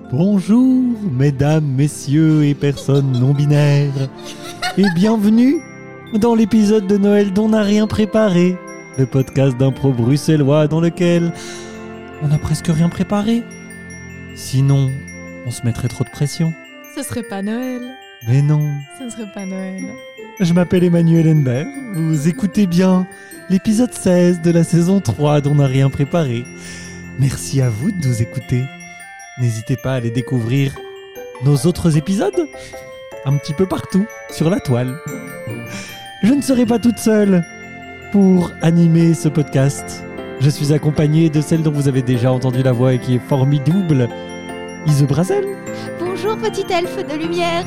Bonjour, mesdames, messieurs et personnes non-binaires, et bienvenue dans l'épisode de Noël dont on n'a rien préparé, le podcast d'impro bruxellois dans lequel on n'a presque rien préparé. Sinon, on se mettrait trop de pression. Ce serait pas Noël. Mais non. Ce ne serait pas Noël. Je m'appelle Emmanuel Henbert, vous écoutez bien l'épisode 16 de la saison 3 dont on n'a rien préparé. Merci à vous de nous écouter. N'hésitez pas à aller découvrir nos autres épisodes un petit peu partout sur la toile. Je ne serai pas toute seule pour animer ce podcast. Je suis accompagnée de celle dont vous avez déjà entendu la voix et qui est formidable, Ise Brazel. Bonjour petit elfe de lumière.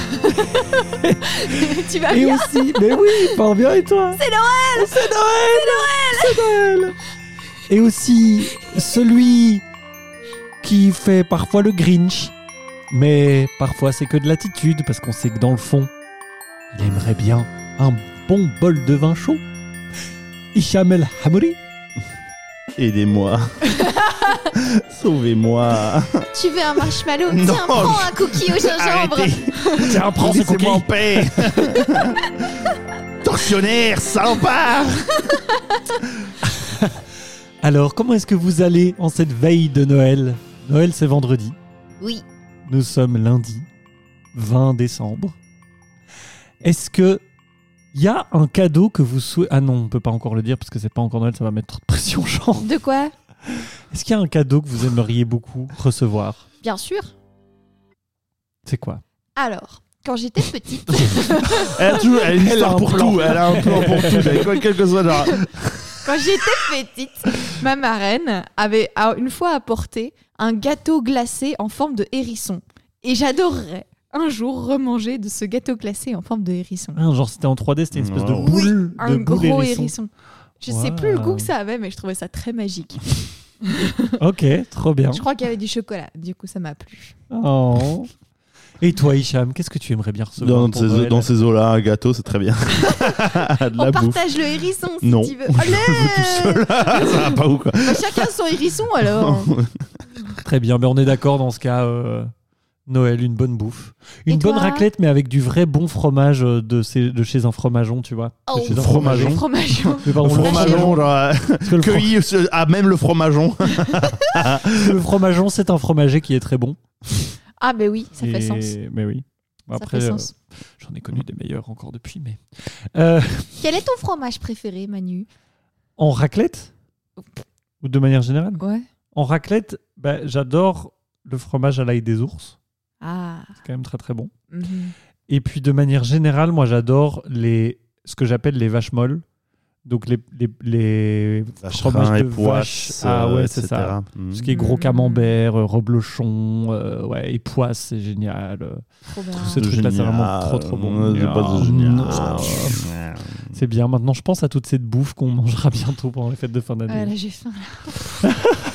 Tu vas Et bien? aussi, mais oui, fort bien, et toi? C'est Noël. C'est Noël. Et aussi celui qui fait parfois le Grinch, mais parfois c'est que de l'attitude, parce qu'on sait que dans le fond, il aimerait bien un bon bol de vin chaud. Hicham El Hamouri. Aidez-moi. Sauvez-moi. Tu veux un marshmallow? Non, Tiens, prends un cookie au gingembre. Tiens, prends ce cookie. Laissez-moi en paix. Tortionnaire, salopard. Alors, comment est-ce que vous allez en cette veille de Noël? Noël, c'est vendredi. Oui. Nous sommes lundi, 20 décembre. Est-ce que il y a un cadeau que vous souhaitez... Ah non, on peut pas encore le dire parce que c'est pas encore Noël, ça va mettre trop de pression, Jean. De quoi? Est-ce qu'il y a un cadeau que vous aimeriez beaucoup recevoir? Bien sûr. C'est quoi? Alors, quand j'étais petite... Elle a une Elle a histoire un pour plan. tout. Elle a un plan pour tout. Quel que soit genre. Quand j'étais petite, ma marraine avait une fois apporté un gâteau glacé en forme de hérisson. Et j'adorerais un jour remanger de ce gâteau glacé en forme de hérisson. Ah, genre c'était en 3D, c'était une espèce de Wow. boule. Un de boule gros hérisson. hérisson. Je sais plus le goût que ça avait, mais je trouvais ça très magique. Ok, trop bien. Je crois qu'il y avait du chocolat, du coup ça m'a plu. Oh. Et toi, Hicham, qu'est-ce que tu aimerais bien recevoir pour Noël? Dans ces eaux-là, un gâteau, c'est très bien. De On la bouffe. partage le hérisson si Non. tu veux. Tout Allez seul. Ça va pas ou quoi? Bah, chacun son hérisson alors. Très bien, mais on est d'accord dans ce cas. Noël, une bonne bouffe. Une Et bonne toi raclette, mais avec du vrai bon fromage de chez un fromageon, tu vois. Oh, De chez un fromageon. Fromageon. Mais pardon, Le fromageon, genre, parce que cueilli à même le fromageon. le fromageon, c'est un fromager qui est très bon. Ah mais oui, ça fait Et- sens. Mais oui. Ça Après, fait sens. j'en ai connu des meilleurs encore depuis, mais... Quel est ton fromage préféré, Manu? En raclette? Ou de manière générale? Ouais. En raclette, bah, j'adore le fromage à l'ail des ours. Ah. C'est quand même très très bon. Mhm. Et puis de manière générale, moi j'adore ce que j'appelle les vaches molles. Donc les fromages de vache. Ah ouais, c'est ça. Mm. Ce qui est gros camembert, reblochon, ouais, et poisse, c'est génial. Trop bien. Tous ces trucs-là, c'est vraiment trop trop bon. C'est pas Ah, génial. non. C'est bien. Maintenant, je pense à toute cette bouffe qu'on mangera bientôt pendant les fêtes de fin d'année. Ah, là j'ai faim. Là.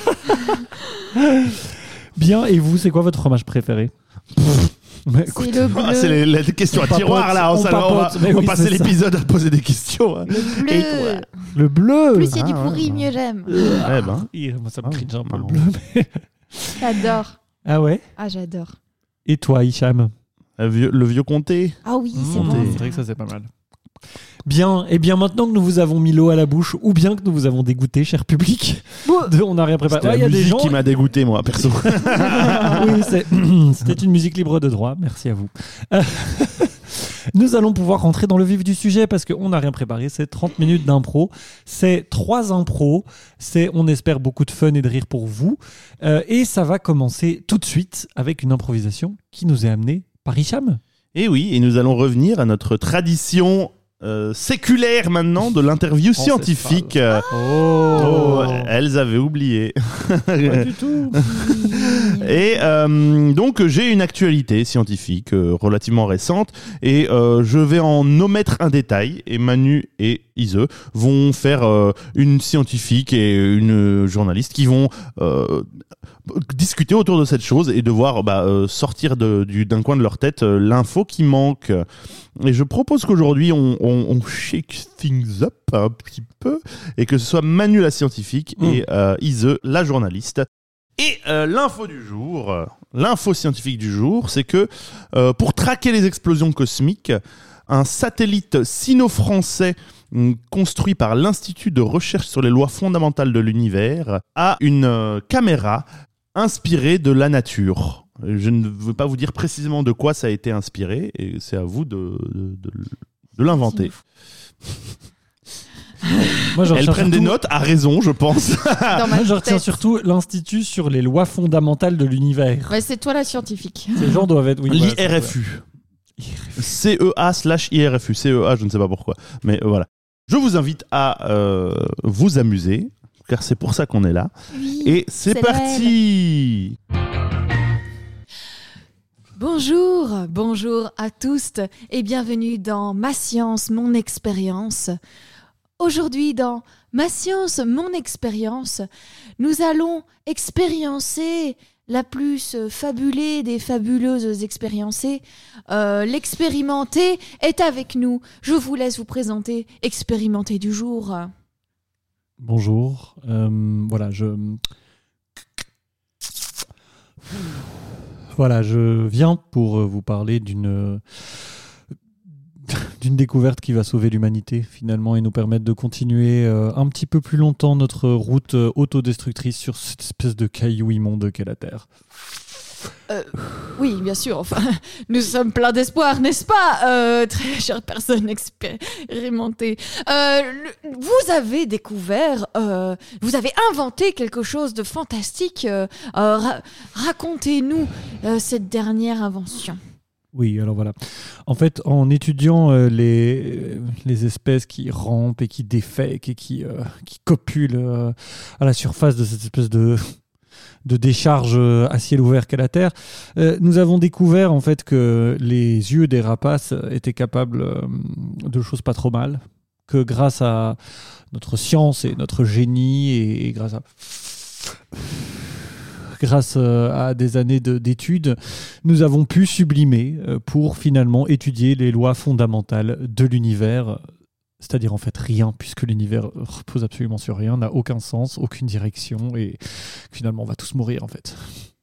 Bien. Et vous, c'est quoi votre fromage préféré? Mais écoute, C'est le bleu. Ah, c'est les questions à On tiroir là. papote, On va papote, mais on va oui, passer c'est ça. l'épisode à poser des questions. Le bleu. Et toi? le bleu. Plus il y a du Ah, pourri, ouais. mieux j'aime. Eh ben. Moi, ça me Ah, cringe un peu le marrant. bleu. Mais... J'adore. Ah ouais. Ah j'adore. Et toi, Hicham? Le vieux comté. Ah oui, c'est Mmh. bon. C'est vrai que ça, c'est pas mal. Bien, et bien maintenant que nous vous avons mis l'eau à la bouche, ou bien que nous vous avons dégoûté, cher public, on n'a rien préparé. C'était Ouais, il y la a des musique gens qui m'a dégoûté, moi, perso. oui, c'était une musique libre de droit, merci à vous. Nous allons pouvoir rentrer dans le vif du sujet parce qu'on n'a rien préparé, c'est 30 minutes d'impro, c'est 3 impros, c'est on espère beaucoup de fun et de rire pour vous, et ça va commencer tout de suite avec une improvisation qui nous est amenée par Hicham. Et oui, et nous allons revenir à notre tradition séculaire maintenant de l'interview scientifique. Oh, elles avaient oublié. Pas du tout. Et donc j'ai une actualité scientifique relativement récente et je vais en omettre un détail et Manu et Ise vont faire une scientifique et une journaliste qui vont discuter autour de cette chose et devoir sortir d'un coin de leur tête l'info qui manque. Et je propose qu'aujourd'hui on shake things up un petit peu et que ce soit Manu la scientifique et Ise la journaliste. Et l'info du jour, l'info scientifique du jour, c'est que pour traquer les explosions cosmiques, un satellite sino-français construit par l'Institut de recherche sur les lois fondamentales de l'univers a une caméra inspirée de la nature. Je ne veux pas vous dire précisément de quoi ça a été inspiré, et c'est à vous de l'inventer. Elles prennent des notes, à raison, je pense. Moi, je retiens surtout l'Institut sur les lois fondamentales de l'univers. Ouais, c'est toi la scientifique. Ces gens doivent être... Oui, L'IRFU. CEA/IRFU. CEA, je ne sais pas pourquoi. Mais voilà. Je vous invite à vous amuser, car c'est pour ça qu'on est là. Oui, et c'est parti. Bonjour à tous et bienvenue dans Ma Science, Mon Expérience. Aujourd'hui, dans Ma Science, Mon Expérience, nous allons expériencer la plus fabulée des fabuleuses expériencées. L'expérimenté est avec nous. Je vous laisse vous présenter expérimenté du jour. Bonjour. Voilà, je viens pour vous parler d'une découverte qui va sauver l'humanité finalement et nous permettre de continuer un petit peu plus longtemps notre route autodestructrice sur cette espèce de caillou immonde qu'est la Terre. Oui, bien sûr. Enfin, nous sommes pleins d'espoir, n'est-ce pas, très chère personne expérimentée. Vous avez découvert, vous avez inventé quelque chose de fantastique. Racontez-nous cette dernière invention. Oui, alors voilà. En fait, en étudiant les espèces qui rampent et qui défèquent et qui copulent à la surface de cette espèce de décharge à ciel ouvert qu'est la Terre, nous avons découvert en fait que les yeux des rapaces étaient capables de choses pas trop mal, que grâce à notre science et notre génie et grâce à des années d'études, nous avons pu sublimer pour finalement étudier les lois fondamentales de l'univers, c'est-à-dire en fait rien, puisque l'univers repose absolument sur rien, n'a aucun sens, aucune direction, et finalement on va tous mourir en fait.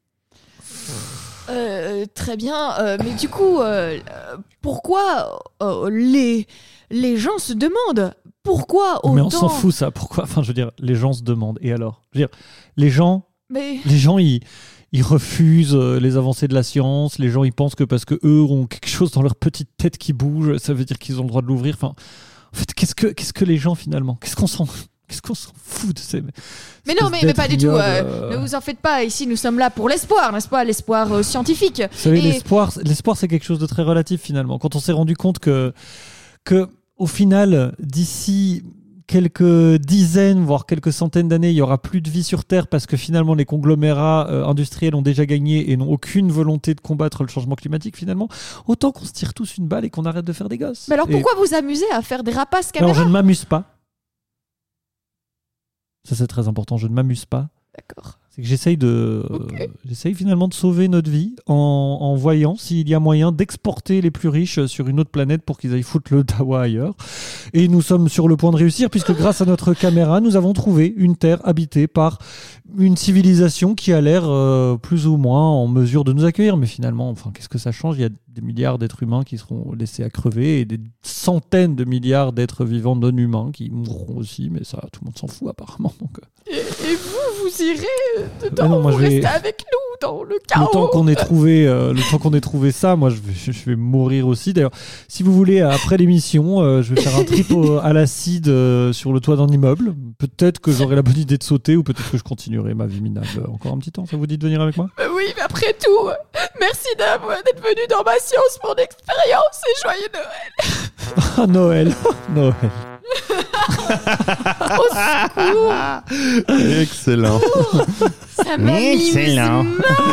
Très bien, mais du coup, pourquoi les gens se demandent pourquoi autant... Mais on s'en fout ça, pourquoi ? Enfin je veux dire, les gens se demandent, et alors ? Je veux dire, les gens, ils refusent les avancées de la science, les gens ils pensent que parce qu'eux ont quelque chose dans leur petite tête qui bouge, ça veut dire qu'ils ont le droit de l'ouvrir, enfin... En fait, qu'est-ce que les gens finalement ? Qu'est-ce qu'on s'en fout de ces... Mais non, mais pas du tout. Ne vous en faites pas. Ici, nous sommes là pour l'espoir, n'est-ce pas ? L'espoir scientifique. Vous savez, l'espoir, c'est quelque chose de très relatif finalement. Quand on s'est rendu compte que au final, d'ici quelques dizaines, voire quelques centaines d'années, il n'y aura plus de vie sur Terre parce que finalement les conglomérats industriels ont déjà gagné et n'ont aucune volonté de combattre le changement climatique finalement, autant qu'on se tire tous une balle et qu'on arrête de faire des gosses. Mais alors pourquoi vous amusez à faire des rapaces caméras ? Alors je ne m'amuse pas. Ça c'est très important, je ne m'amuse pas. D'accord. C'est que j'essaye finalement de sauver notre vie en voyant s'il y a moyen d'exporter les plus riches sur une autre planète pour qu'ils aillent foutre le dawa ailleurs. Et nous sommes sur le point de réussir puisque grâce à notre caméra, nous avons trouvé une Terre habitée par une civilisation qui a l'air plus ou moins en mesure de nous accueillir. Mais finalement, enfin, qu'est-ce que ça change ? Il y a des milliards d'êtres humains qui seront laissés à crever et des centaines de milliards d'êtres vivants non humains qui mourront aussi. Mais ça, tout le monde s'en fout apparemment. Donc, Et vous irez dedans, vous restez avec nous dans le chaos. Le temps qu'on ait trouvé ça, moi je vais mourir aussi. D'ailleurs, si vous voulez, après l'émission, je vais faire un trip à l'acide sur le toit d'un immeuble. Peut-être que j'aurai la bonne idée de sauter ou peut-être que je continuerai ma vie minable encore un petit temps. Ça vous dit de venir avec moi ? Oui, mais après tout, merci d'être venu dans Ma Science, Mon Expérience et joyeux Noël. Ah, Noël. Au secours. Excellent. Ça m'amuse mal.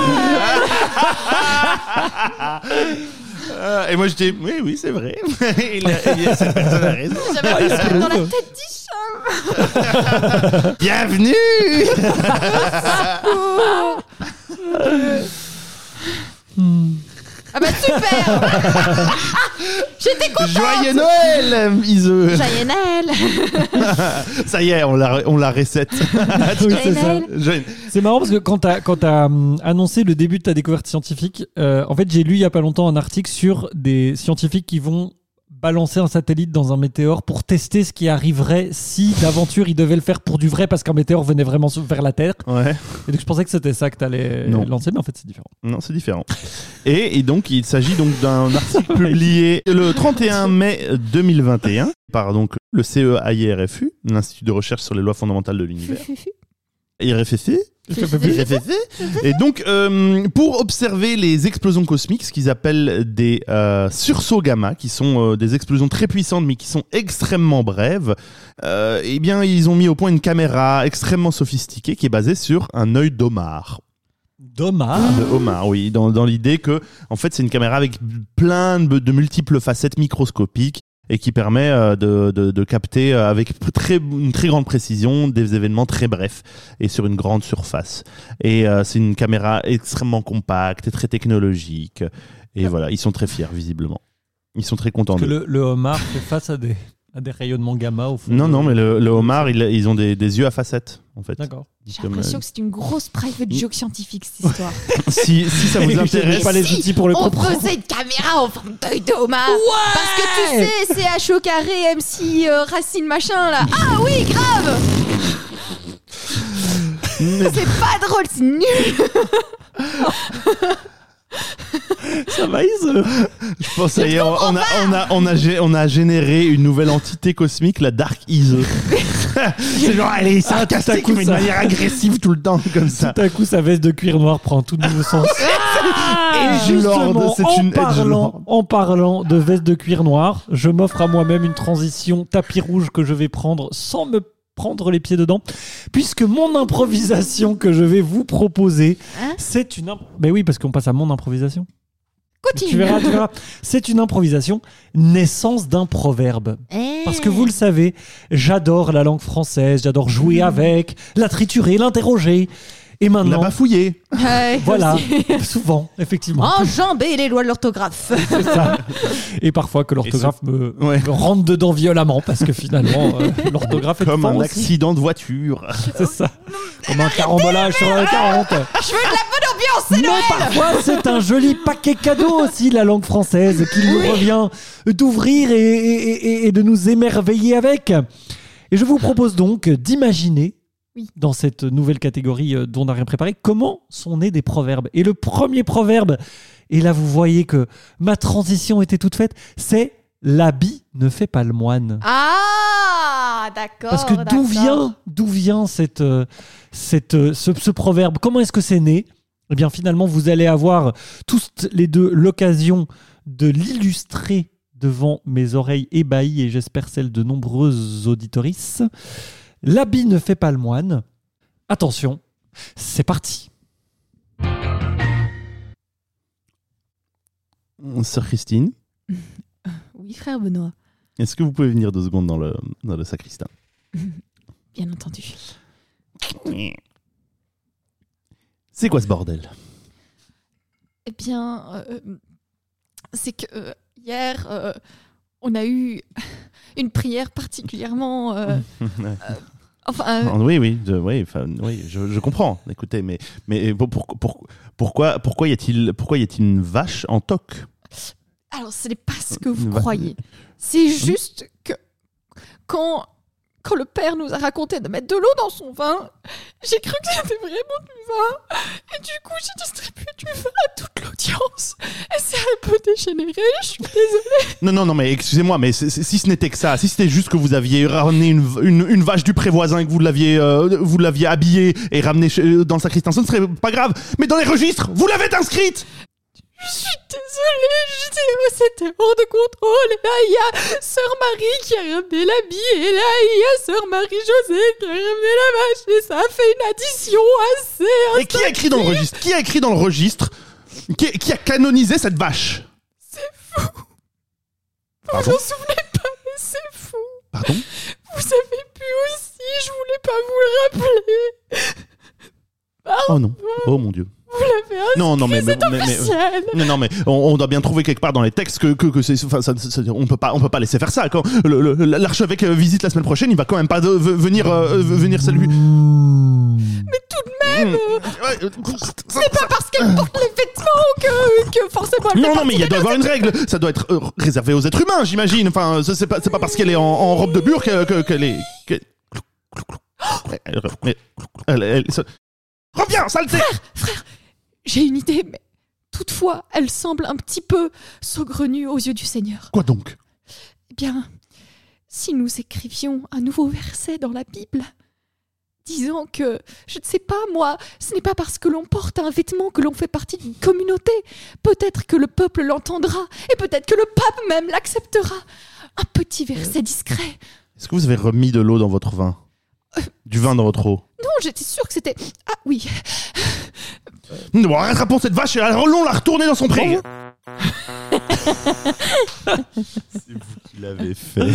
Et moi je dis oui c'est vrai. Cette personne a raison. J'avais ça dans la tête d'Hicham. Bienvenue. Ah bah super. J'étais contente. Joyeux Noël, Ise. Joyeux Noël. Ça y est, on la reset. Oui, c'est ça. Noël. C'est marrant parce que quand t'as annoncé le début de ta découverte scientifique, en fait, j'ai lu il y a pas longtemps un article sur des scientifiques qui vont balancer un satellite dans un météore pour tester ce qui arriverait si d'aventure ils devaient le faire pour du vrai parce qu'un météore venait vraiment vers la Terre. Ouais. Et donc je pensais que c'était ça que t'allais lancer, mais en fait c'est différent. Non, c'est différent. Et donc, il s'agit donc d'un article publié le 31 mai 2021 par donc le CEAIRFU, l'Institut de recherche sur les lois fondamentales de l'univers. IRFC. Et donc, pour observer les explosions cosmiques, ce qu'ils appellent des sursauts gamma, qui sont des explosions très puissantes mais qui sont extrêmement brèves, eh bien, ils ont mis au point une caméra extrêmement sophistiquée qui est basée sur un œil d'homard. D'homard. De homard, oui, dans l'idée que, en fait, c'est une caméra avec plein de multiples facettes microscopiques et qui permet de capter avec une très grande précision des événements très brefs et sur une grande surface. Et c'est une caméra extrêmement compacte et très technologique. Et voilà, ils sont très fiers, visiblement. Ils sont très contents. Parce que le homard fait face à des rayonnements gamma au fond. Non, mais le homard, ils ont des yeux à facettes, en fait. D'accord. J'ai l'impression que c'est une grosse private joke scientifique, cette histoire. si ça vous intéresse, pas les outils pour le on comprendre. faisait une caméra en forme d'œil de homard. Parce que tu sais, c'est H au carré, MC, racine machin là. Ah oui, grave. C'est pas drôle, c'est nul. Ça va, Ise. je pense ça y est, on a généré une nouvelle entité cosmique, la Dark Ise. C'est genre, elle est sarcastique, mais de manière agressive tout le temps, comme ça. Tout à coup, sa veste de cuir noir prend tout de nouveau sens. Et Edgelord, justement, c'est une Edgelord. en parlant de veste de cuir noir, je m'offre à moi-même une transition tapis rouge que je vais prendre sans me prendre les pieds dedans, puisque mon improvisation que je vais vous proposer, c'est une... Mais oui, parce qu'on passe à mon improvisation. Continue. Tu verras. C'est une improvisation, naissance d'un proverbe. Parce que vous le savez, j'adore la langue française, j'adore jouer avec, la triturer, l'interroger. Et On maintenant, n'a pas fouillé. voilà, souvent, effectivement. Enjamber les lois de l'orthographe. C'est ça. Et parfois que l'orthographe me rentre dedans violemment, parce que finalement, l'orthographe est Comme fort un aussi. accident de voiture. C'est ça. Comme un carambolage sur la 40. Je veux de la bonne ambiance, c'est Mais Noël. parfois, c'est un joli paquet cadeau aussi, la langue française, qu'il nous revient d'ouvrir et de nous émerveiller avec. Et je vous propose donc d'imaginer, dans cette nouvelle catégorie dont on n'a rien préparé, comment sont nés des proverbes. Et le premier proverbe, et là vous voyez que ma transition était toute faite, c'est « l'habit ne fait pas le moine ». Ah, d'accord. Parce que d'où vient ce proverbe? Comment est-ce que c'est né? Eh bien, finalement, vous allez avoir tous les deux l'occasion de l'illustrer devant mes oreilles ébahies et j'espère celles de nombreuses auditorices. L'habit ne fait pas le moine. Attention, c'est parti. Sœur Christine, Oui, frère Benoît. est-ce que vous pouvez venir 2 secondes dans le sacristain? Bien entendu. C'est quoi ce bordel? Eh bien, c'est que hier, on a eu une prière particulièrement... Oui, je comprends. Écoutez, mais pourquoi y a-t-il une vache en toque? Alors, ce n'est pas ce que vous croyez. C'est juste que quand le père nous a raconté de mettre de l'eau dans son vin, j'ai cru que c'était vraiment du vin. Et du coup, j'ai distribué du vin à toute l'audience. Et c'est un peu dégénéré, je suis désolée. Non, mais excusez-moi, mais si ce n'était que ça, si c'était juste que vous aviez ramené une vache du prévoisin et que vous l'aviez habillée et ramenée dans le sacristain, ce ne serait pas grave. Mais dans les registres, vous l'avez inscrite! Je suis désolée, c'était hors de contrôle. Et là, il y a Sœur Marie qui a ramené l'habit. Et là, il y a Sœur Marie-Josée qui a ramené la vache. Et ça a fait une addition assez... Et qui a écrit dans le registre? Qui a écrit dans le registre? Qui a canonisé cette vache? C'est fou. Vous Pardon? vous en souvenez pas, mais c'est fou. Pardon? Vous avez pu aussi, je voulais pas vous le rappeler. Pardon. Oh non. Oh mon Dieu. Vous l'avez Non, mais officiel. non, mais on doit bien trouver quelque part dans les textes que c'est, enfin, on peut pas laisser faire ça. Quand l'archevêque visite la semaine prochaine, il va quand même pas venir saluer. Mais tout de même, c'est pas parce qu'elle porte les vêtements que forcément elle fait Non, partie mais il des doit y avoir une règle. Ça doit être réservé aux êtres humains, j'imagine. Enfin, c'est pas parce qu'elle est en robe de bure qu'elle est. Reviens, saleté! Frère, j'ai une idée, mais toutefois, elle semble un petit peu saugrenue aux yeux du Seigneur. Quoi donc? Eh bien, si nous écrivions un nouveau verset dans la Bible, disant que, je ne sais pas moi, ce n'est pas parce que l'on porte un vêtement que l'on fait partie d'une communauté. Peut-être que le peuple l'entendra, et peut-être que le pape même l'acceptera. Un petit verset discret. Est-ce que vous avez remis de l'eau dans votre vin? Du vin dans votre eau? Non, j'étais sûre que c'était... Ah oui. Bon, rattrapons cette vache et allons la retourner dans son pré. C'est vous qui l'avez fait.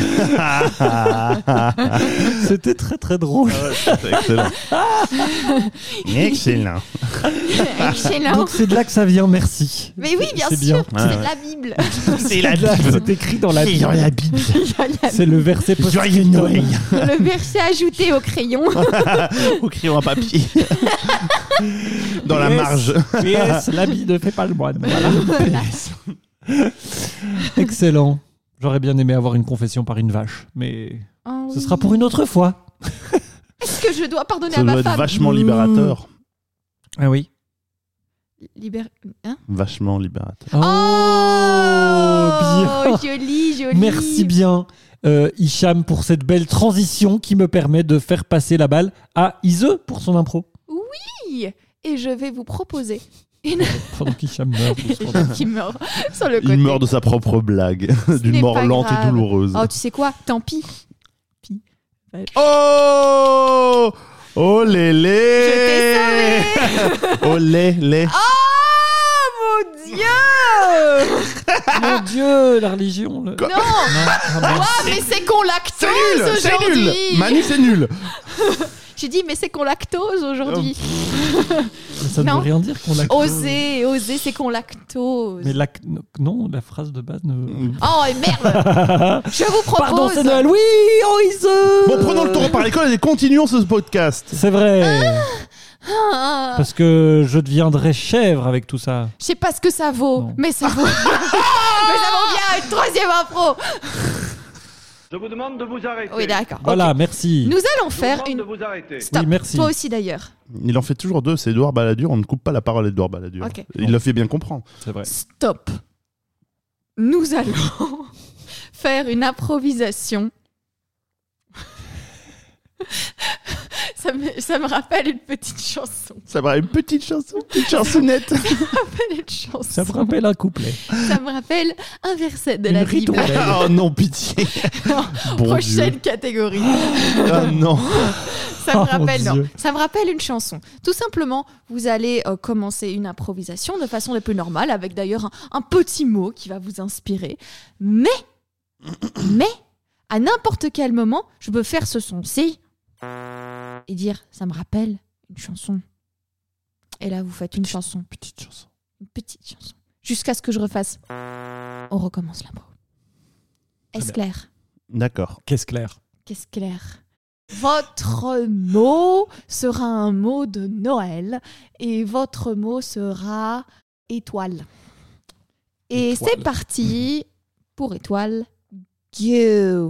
C'était très très drôle. C'était excellent. Excellent. Excellent. Donc c'est de là que ça vient, merci. Mais oui, bien C'est sûr, bien. c'est de la Bible. C'est la Là, Bible. c'est écrit dans la C'est Bible. dans la Bible. C'est le verset Joyeux Noël. Le verset ajouté au crayon. Au crayon à papier. Dans la Yes. marge. PS, l'habit ne fait pas le moine. Voilà. Excellent. J'aurais bien aimé avoir une confession par une vache, mais Oh, ce oui. sera pour une autre fois. Est-ce que je dois pardonner Ça à doit ma être femme vachement libérateur. Ah oui. Hein Vachement libérateur. Oh, bien. Joli, joli. Merci bien, Hicham, pour cette belle transition qui me permet de faire passer la balle à Ise pour son impro. Oui. Et je vais vous proposer une... Pendant qu'Hicham meurt. qui meurt sur le côté. Il meurt de sa propre blague. n'est D'une mort pas lente grave. et douloureuse. Oh, tu sais quoi? Tant pis. Oh! Oh lélé! Je t'ai sauvé. Oh lélé! Oh mon Dieu. Mon Dieu, la religion. Non. Ah, mince. Ah, mais c'est qu'on lactose C'est nul! aujourd'hui. Manu, c'est nul! J'ai dit, mais c'est qu'on lactose aujourd'hui. Ça ne Non. veut rien dire qu'on l'a. Oser, c'est qu'on lactose. Mais non, la phrase de base ne. Oh merde. Je vous propose. Pardon, c'est Noël. Oui, oh Ise. Bon, prenons le taureau par l'école et continuons ce podcast. C'est vrai. Ah, Parce que je deviendrai chèvre avec tout ça. je sais pas ce que ça vaut, Non. mais ça vaut. Mais ça vaut bien une troisième impro. Je vous demande de vous arrêter. Oui, d'accord. Voilà, Ok. merci. Nous allons Je vous faire demande une. de vous arrêter. Stop. Oui, merci. Toi aussi d'ailleurs. Il en fait toujours deux, c'est Édouard Balladur. On ne coupe pas la parole à Édouard Balladur. Ok. Il le fait bien comprendre. C'est vrai. Stop. Nous allons faire une improvisation. Ça me rappelle une petite chanson. Ça va, une petite chanson, une petite chansonnette. Ça me rappelle une chanson. Ça me rappelle un couplet. Ça me rappelle un verset de Une la Bible. ritournelle. Oh non, pitié. Bon Prochaine Dieu. catégorie. Ah non. Ça me Oh, rappelle, mon non. Dieu. Ça me rappelle une chanson. Tout simplement, vous allez commencer une improvisation de façon la plus normale, avec d'ailleurs un petit mot qui va vous inspirer. Mais, à n'importe quel moment, je peux faire ce son-ci et dire, ça me rappelle une chanson. Et là, vous faites une chanson. Petite chanson. Une petite chanson. Jusqu'à ce que je refasse. On recommence l'impro. Est-ce bien. clair? D'accord. Qu'est-ce clair? Qu'est-ce clair? Votre mot sera un mot de Noël et votre mot sera étoile. Et Étoile. c'est parti pour étoile. Go!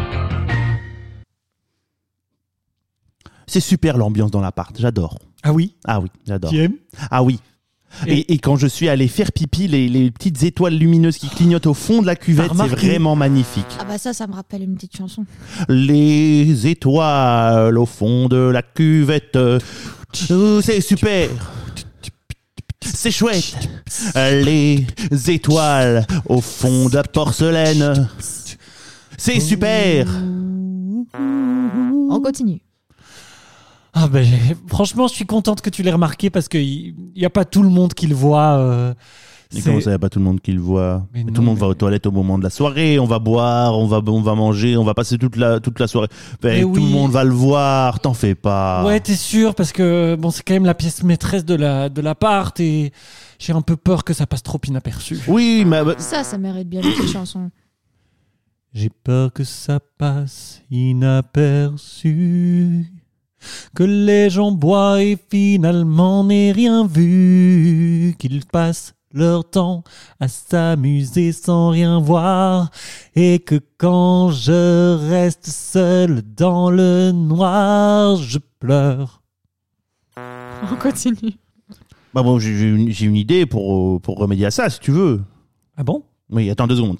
C'est super l'ambiance dans l'appart, j'adore. Ah oui? Ah oui, j'adore. Tu aimes? Ah oui. Et quand je suis allé faire pipi, les petites étoiles lumineuses qui clignotent au fond de la cuvette, T'as c'est remarqué? vraiment magnifique. Ah bah ça me rappelle une petite chanson. Les étoiles au fond de la cuvette, c'est super. C'est chouette. Les étoiles au fond de la porcelaine, c'est super. On continue. Ah ben, franchement, je suis contente que tu l'aies remarqué parce qu'il n'y a pas tout le monde qui le voit. Et comment ça, y a pas tout le monde qui le voit? Mais Tout non, le monde mais- va aux toilettes au moment de la soirée, on va boire, on va manger, on va passer toute la soirée. Mais Tout oui. le monde va le voir, t'en fais pas. Ouais, t'es sûr, parce que bon, c'est quand même la pièce maîtresse de l'appart et j'ai un peu peur que ça passe trop inaperçu. Oui, mais Ça mérite bien une petite chanson. J'ai peur que ça passe inaperçu, que les gens boivent et finalement n'aient rien vu, qu'ils passent leur temps à s'amuser sans rien voir, et que quand je reste seul dans le noir, je pleure. On continue. bah bon, j'ai une idée pour remédier à ça, si tu veux. Ah bon? Oui, attends 2 secondes.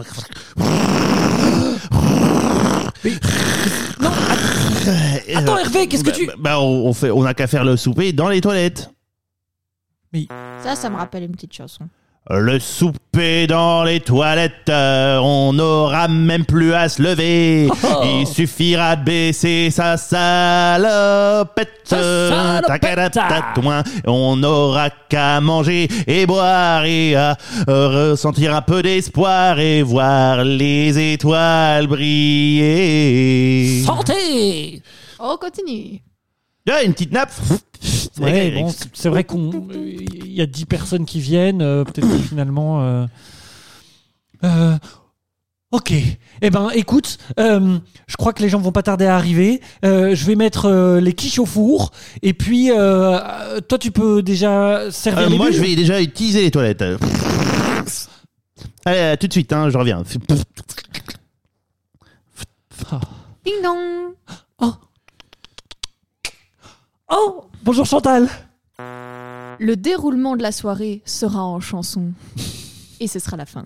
Attends Hervé, qu'est-ce que tu... On a qu'à faire le souper dans les toilettes. Ça me rappelle une petite chanson. Le souper dans les toilettes, on n'aura même plus à se lever. Oh. Il suffira de baisser sa salopette. Sa salopette. Tatouin. On n'aura qu'à manger et boire et à ressentir un peu d'espoir et voir les étoiles briller. Santé! On continue. Ah, une petite nappe. Ouais, bon, c'est vrai qu'il y a 10 personnes qui viennent, peut-être que finalement... Ok. Eh ben, écoute, je crois que les gens vont pas tarder à arriver. Je vais mettre les quiches au four. Et puis, toi, tu peux déjà servir les moi, bulles. je vais déjà utiliser les toilettes. Allez, tout de suite, hein, je reviens. Ding dong. Oh, bonjour Chantal. Le déroulement de la soirée sera en chanson. Et ce sera la fin.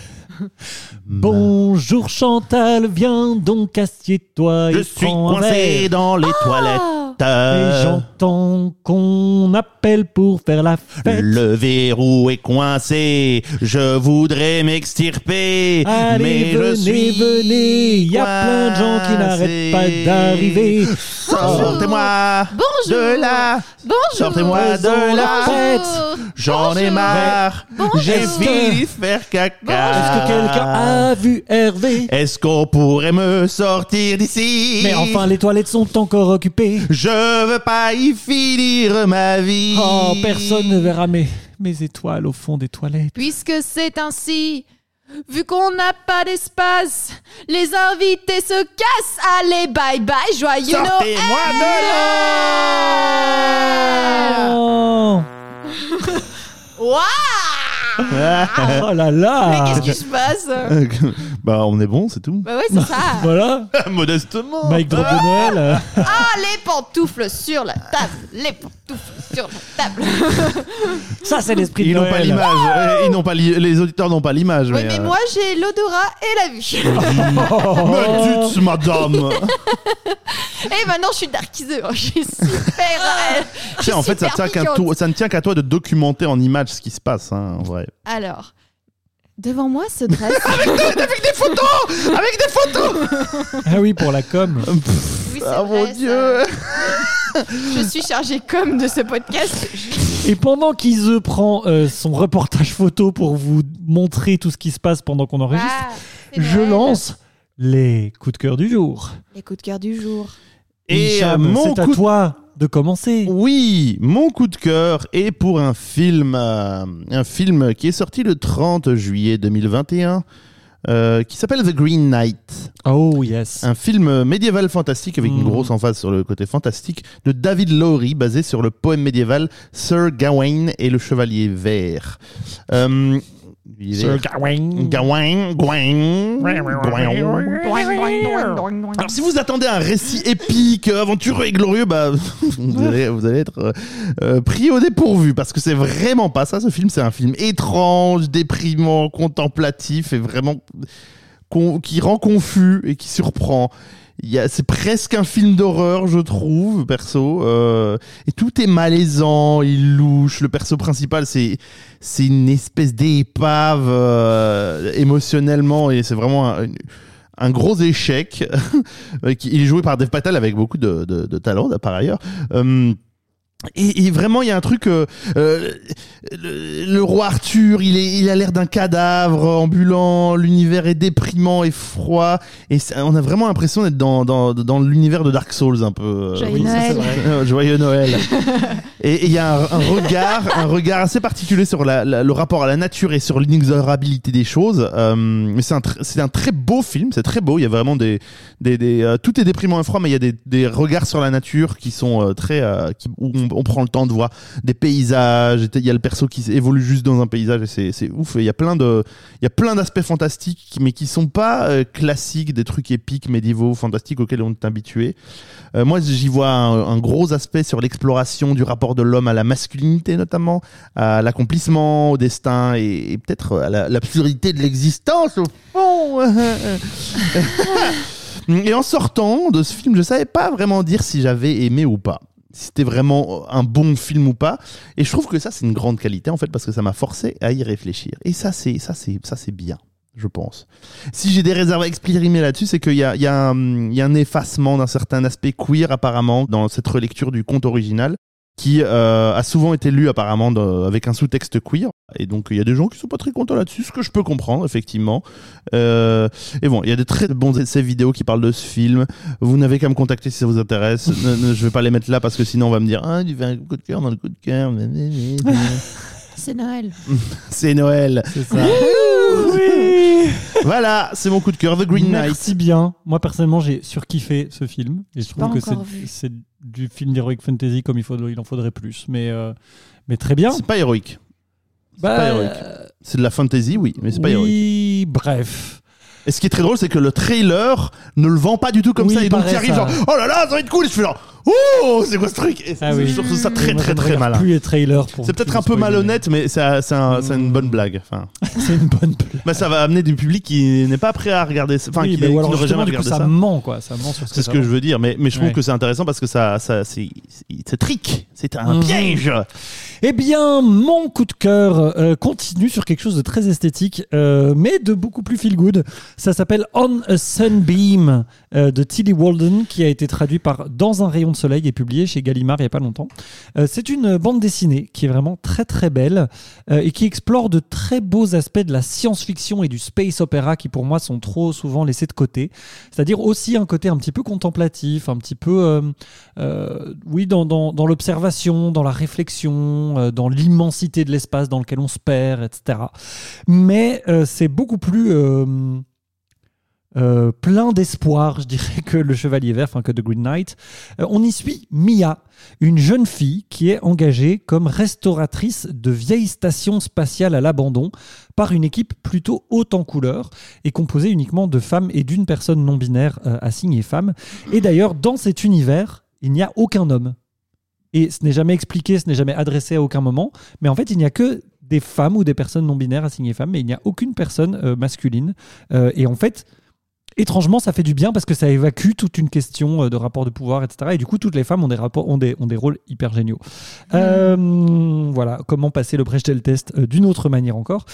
Bonjour Chantal, viens donc assieds-toi Je et suis prends un coincé verre. dans les toilettes. Et j'entends qu'on appelle pour faire la fête. Le verrou est coincé, je voudrais m'extirper. Allez, mais je venez, suis venez, il y a plein de gens qui n'arrêtent pas d'arriver. Sortez-moi Bonjour. de là, Bonjour. sortez-moi Faisons de la là. fête. J'en ai Bonjour. marre, j'ai Est-ce que- fini de faire caca. Est-ce que quelqu'un a vu Hervé? Est-ce qu'on pourrait me sortir d'ici? Mais enfin, les toilettes sont encore occupées. Je veux pas y finir ma vie. Oh, personne ne verra mes étoiles au fond des toilettes. Puisque c'est ainsi, vu qu'on n'a pas d'espace, les invités se cassent. Allez, bye bye, joyeux Sortez-moi Oh, Waouh. oh là Mais là. qu'est-ce qui se passe? Bah, on est bon, c'est tout. Bah ouais, c'est ça. Voilà, Modestement. Mike Drop de Noël. Ah, les pantoufles sur la table. Les pantoufles sur la table. Ça, c'est l'esprit de Ils n'ont Noël. pas l'image. Ils n'ont pas les auditeurs n'ont pas l'image. Oui, mais moi, j'ai l'odorat et la vue. Me dites, madame. Et maintenant, je suis darkiser. Je suis super. Tu sais, en fait, ça ne tient qu'à toi de documenter en image ce qui se passe, hein, en vrai. Alors, devant moi se dresse. Avec des photos. Ah oui, pour la com. Oui, c'est Ah mon vrai, Dieu. Je suis chargée com de ce podcast. Et pendant qu'Ise prend son reportage photo pour vous montrer tout ce qui se passe pendant qu'on enregistre, Ah, c'est je Noël. lance les coups de cœur du jour. Les coups de cœur du jour. Et Hicham, c'est à toi de commencer. Oui, mon coup de cœur est pour un film qui est sorti le 30 juillet 2021, qui s'appelle The Green Knight. Oh yes. Un film médiéval fantastique avec une grosse emphase sur le côté fantastique de David Lowry, basé sur le poème médiéval Sir Gawain et le Chevalier Vert. Sir Gawain. Alors si vous attendez un récit épique, aventureux et glorieux, bah vous allez être pris au dépourvu, parce que c'est vraiment pas ça. Ce film, c'est un film étrange, déprimant, contemplatif et vraiment qui rend confus et qui surprend. C'est presque un film d'horreur, je trouve, perso. Et tout est malaisant, il louche. Le perso principal, c'est une espèce d'épave émotionnellement, et c'est vraiment un gros échec. Il est joué par Dev Patel avec beaucoup de talent, par ailleurs. Et vraiment, il y a un truc. Le roi Arthur, il a l'air d'un cadavre ambulant. L'univers est déprimant et froid. Et on a vraiment l'impression d'être dans l'univers de Dark Souls un peu. Joyeux Noël. Joyeux Noël. Et il y a un regard assez particulier sur le rapport à la nature et sur l'inexorabilité des choses. Mais c'est un très beau film. C'est très beau. Il y a vraiment tout est déprimant et froid, mais il y a des regards sur la nature qui sont où on prend le temps de voir des paysages. Il y a le perso qui évolue juste dans un paysage et c'est ouf. Il y a plein d'aspects fantastiques, mais qui sont pas classiques, des trucs épiques, médiévaux, fantastiques auxquels on est habitué. Moi, j'y vois un gros aspect sur l'exploration du rapport de l'homme à la masculinité, notamment, à l'accomplissement, au destin et peut-être à l'absurdité de l'existence, au fond. Et en sortant de ce film, je savais pas vraiment dire si j'avais aimé ou pas. Si c'était vraiment un bon film ou pas. Et je trouve que ça, c'est une grande qualité, en fait, parce que ça m'a forcé à y réfléchir. Et ça, c'est bien, je pense. Si j'ai des réserves à exprimer là-dessus, c'est qu'il y a un effacement d'un certain aspect queer, apparemment, dans cette relecture du conte original, qui a souvent été lu, apparemment, avec un sous-texte queer. Et donc, il y a des gens qui sont pas très contents là-dessus, ce que je peux comprendre, effectivement. Et bon, il y a des très bons essais vidéo qui parlent de ce film. Vous n'avez qu'à me contacter si ça vous intéresse. Je vais pas les mettre là parce que sinon on va me dire tu fais un coup de cœur dans le coup de cœur. C'est Noël. C'est Noël. C'est ça. Oui. Voilà, c'est mon coup de cœur, The Green Knight. Merci bien. Moi, personnellement, j'ai surkiffé ce film. Et je trouve pas que encore vu. c'est du film d'Heroic Fantasy comme il en faudrait plus. Mais très bien. C'est pas héroïque. Bah, pas héroïque. C'est de la fantasy, oui, mais c'est pas héroïque. Oui, bref. Et ce qui est très drôle, c'est que le trailer ne le vend pas du tout comme Oui, ça. Et donc, paraît il arrive ça. genre, oh là là, ça va être cool. Et je fais genre, oh, c'est quoi ce truc? Et Oui. je trouve ça très, Moi, très, très je ne regarde malin. plus les trailers pour C'est peut-être plus un peu spoiler. malhonnête, mais c'est une bonne blague. Enfin, C'est une bonne blague. bah, ça va amener du public qui n'est pas prêt à regarder. Enfin, Oui, qui mais ou alors n'aurait justement, jamais du coup, regardé ça ça. ment, quoi. Ça ment sur C'est ce ça que vend. je veux dire, mais je trouve Ouais. que c'est intéressant parce que c'est trick, c'est un piège. Eh bien, mon coup de cœur continue sur quelque chose de très esthétique, mais de beaucoup plus feel good. Ça s'appelle On a Sunbeam de Tillie Walden, qui a été traduit par Dans un rayon de soleil et publié chez Gallimard il n'y a pas longtemps. C'est une bande dessinée qui est vraiment très très belle et qui explore de très beaux aspects de la science-fiction et du space opéra qui pour moi sont trop souvent laissés de côté. C'est-à-dire aussi un côté un petit peu contemplatif, un petit peu oui, dans l'observation, dans la réflexion, dans l'immensité de l'espace dans lequel on se perd, etc. Mais c'est beaucoup plus plein d'espoir, je dirais, que le Chevalier Vert, enfin que The Green Knight. On y suit Mia, une jeune fille qui est engagée comme restauratrice de vieilles stations spatiales à l'abandon par une équipe plutôt haute en couleur et composée uniquement de femmes et d'une personne non binaire assignée femme. Et d'ailleurs, dans cet univers, il n'y a aucun homme. Et ce n'est jamais expliqué, ce n'est jamais adressé à aucun moment. Mais en fait, il n'y a que des femmes ou des personnes non binaires assignées femmes, mais il n'y a aucune personne masculine. Et en fait, étrangement, ça fait du bien parce que ça évacue toute une question de rapport de pouvoir, etc. Et du coup, toutes les femmes ont des rôles hyper géniaux. Voilà, comment passer le Bechdel test d'une autre manière encore.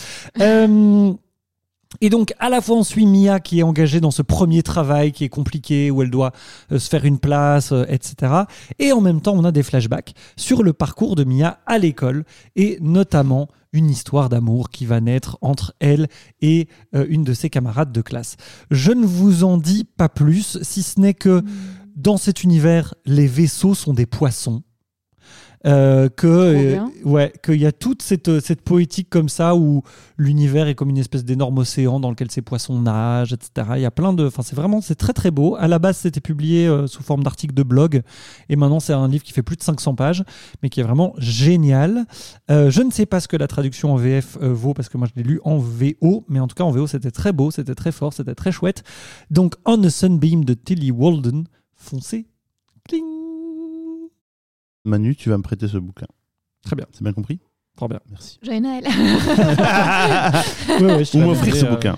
Et donc, à la fois, on suit Mia qui est engagée dans ce premier travail qui est compliqué, où elle doit se faire une place, etc. Et en même temps, on a des flashbacks sur le parcours de Mia à l'école, et notamment une histoire d'amour qui va naître entre elle et une de ses camarades de classe. Je ne vous en dis pas plus, si ce n'est que dans cet univers, les vaisseaux sont des poissons. Qu'il y a toute cette poétique comme ça où l'univers est comme une espèce d'énorme océan dans lequel ces poissons nagent, etc. Il y a plein de, enfin c'est très très beau. À la base, c'était publié sous forme d'article de blog et maintenant c'est un livre qui fait plus de 500 pages, mais qui est vraiment génial. Je ne sais pas ce que la traduction en VF vaut parce que moi je l'ai lu en VO, mais en tout cas en VO c'était très beau, c'était très fort, c'était très chouette. Donc On a Sunbeam de Tillie Walden, foncez. Cling. Manu, tu vas me prêter ce bouquin. Très bien. C'est bien compris? Très bien. Merci. Joyeux Noël. Ou m'offrir ce bouquin.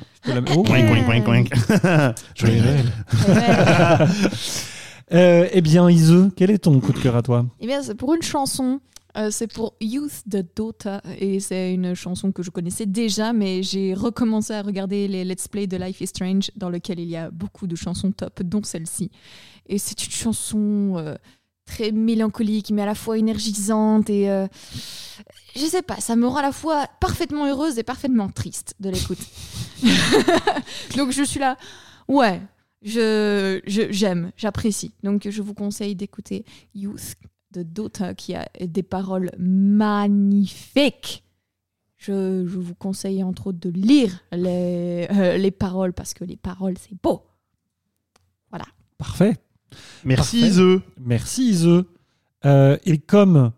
Joyeux Noël. Eh bien, Ise, quel est ton coup de cœur à toi? Eh bien, c'est pour une chanson. C'est pour Youth the Dota et c'est une chanson que je connaissais déjà, mais j'ai recommencé à regarder les Let's Play de Life is Strange dans lequel il y a beaucoup de chansons top, dont celle-ci. Et c'est une chanson très mélancolique, mais à la fois énergisante et je sais pas, ça me rend à la fois parfaitement heureuse et parfaitement triste de l'écouter. Donc je suis là, ouais, j'aime, j'apprécie. Donc je vous conseille d'écouter Youth de Dota qui a des paroles magnifiques. Je vous conseille entre autres de lire les paroles parce que les paroles c'est beau. Voilà. Parfait. Merci Parfait. Ise. Merci Ise. Et comme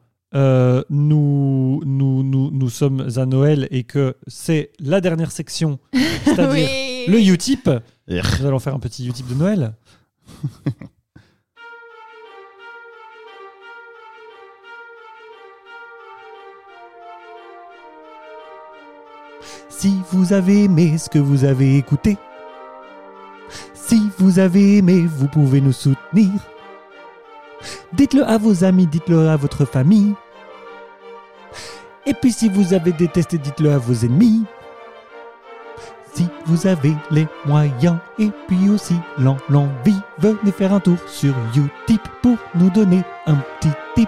nous sommes à Noël et que c'est la dernière section, c'est-à-dire Oui. le Utip, nous allons faire un petit Utip de Noël. Si vous avez aimé ce que vous avez écouté, si vous avez aimé, vous pouvez nous soutenir. Dites-le à vos amis, dites-le à votre famille. Et puis si vous avez détesté, dites-le à vos ennemis. Si vous avez les moyens et puis aussi l'envie, venez faire un tour sur Utip pour nous donner un petit tip.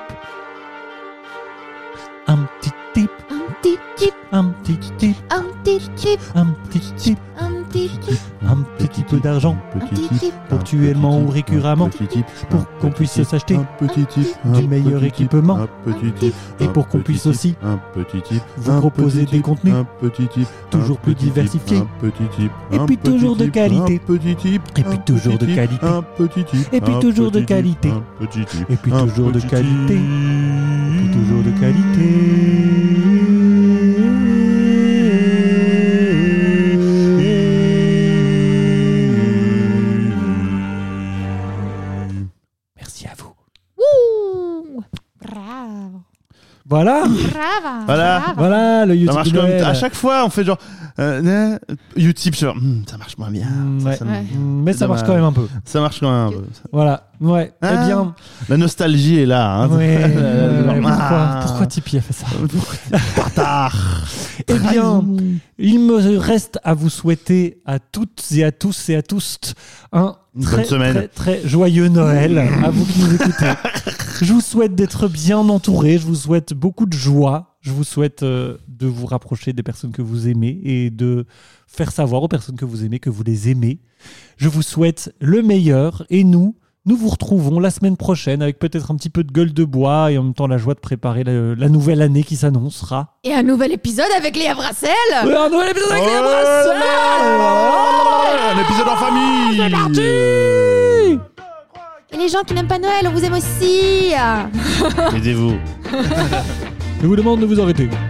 Un petit tip. Un petit tip, Un petit tip. un petit tip, Un petit tip. un petit tip, Un petit peu d'argent. un petit tip. Ponctuellement ou récurremment, pour qu'on puisse s'acheter du meilleur équipement, et pour qu'on puisse aussi vous proposer des contenus toujours plus diversifiés, et puis toujours de qualité, et puis toujours de qualité, et puis toujours de qualité, et puis toujours de qualité, et puis toujours de qualité. Merci à vous. Ouh, bravo, Voilà, bravo, Voilà. bravo. voilà le Ça YouTube marche de comme Noël. à chaque fois on fait genre Utip genre ça marche moins bien. Ouais. Ça, Ouais. Mais ça marche quand même un peu. ça marche quand même un peu. Voilà, ouais. Ah. Eh bien, La nostalgie est là. Hein. pourquoi Tipeee a fait ça? Bâtard. Eh bien, il me reste à vous souhaiter à toutes et à tous et à tous un Bonne semaine. très très joyeux Noël à vous qui nous écoutez. Je vous souhaite d'être bien entourés, je vous souhaite beaucoup de joie, je vous souhaite de vous rapprocher des personnes que vous aimez et de faire savoir aux personnes que vous aimez que vous les aimez. Je vous souhaite le meilleur et nous vous retrouvons la semaine prochaine avec peut-être un petit peu de gueule de bois et en même temps la joie de préparer la nouvelle année qui s'annoncera. Et un nouvel épisode avec Léa Brassel. Un nouvel épisode avec les Brassel. Un épisode en famille. C'est parti. Et les gens qui n'aiment pas Noël, on vous aime aussi. Aidez-vous. Je vous demande de vous arrêter.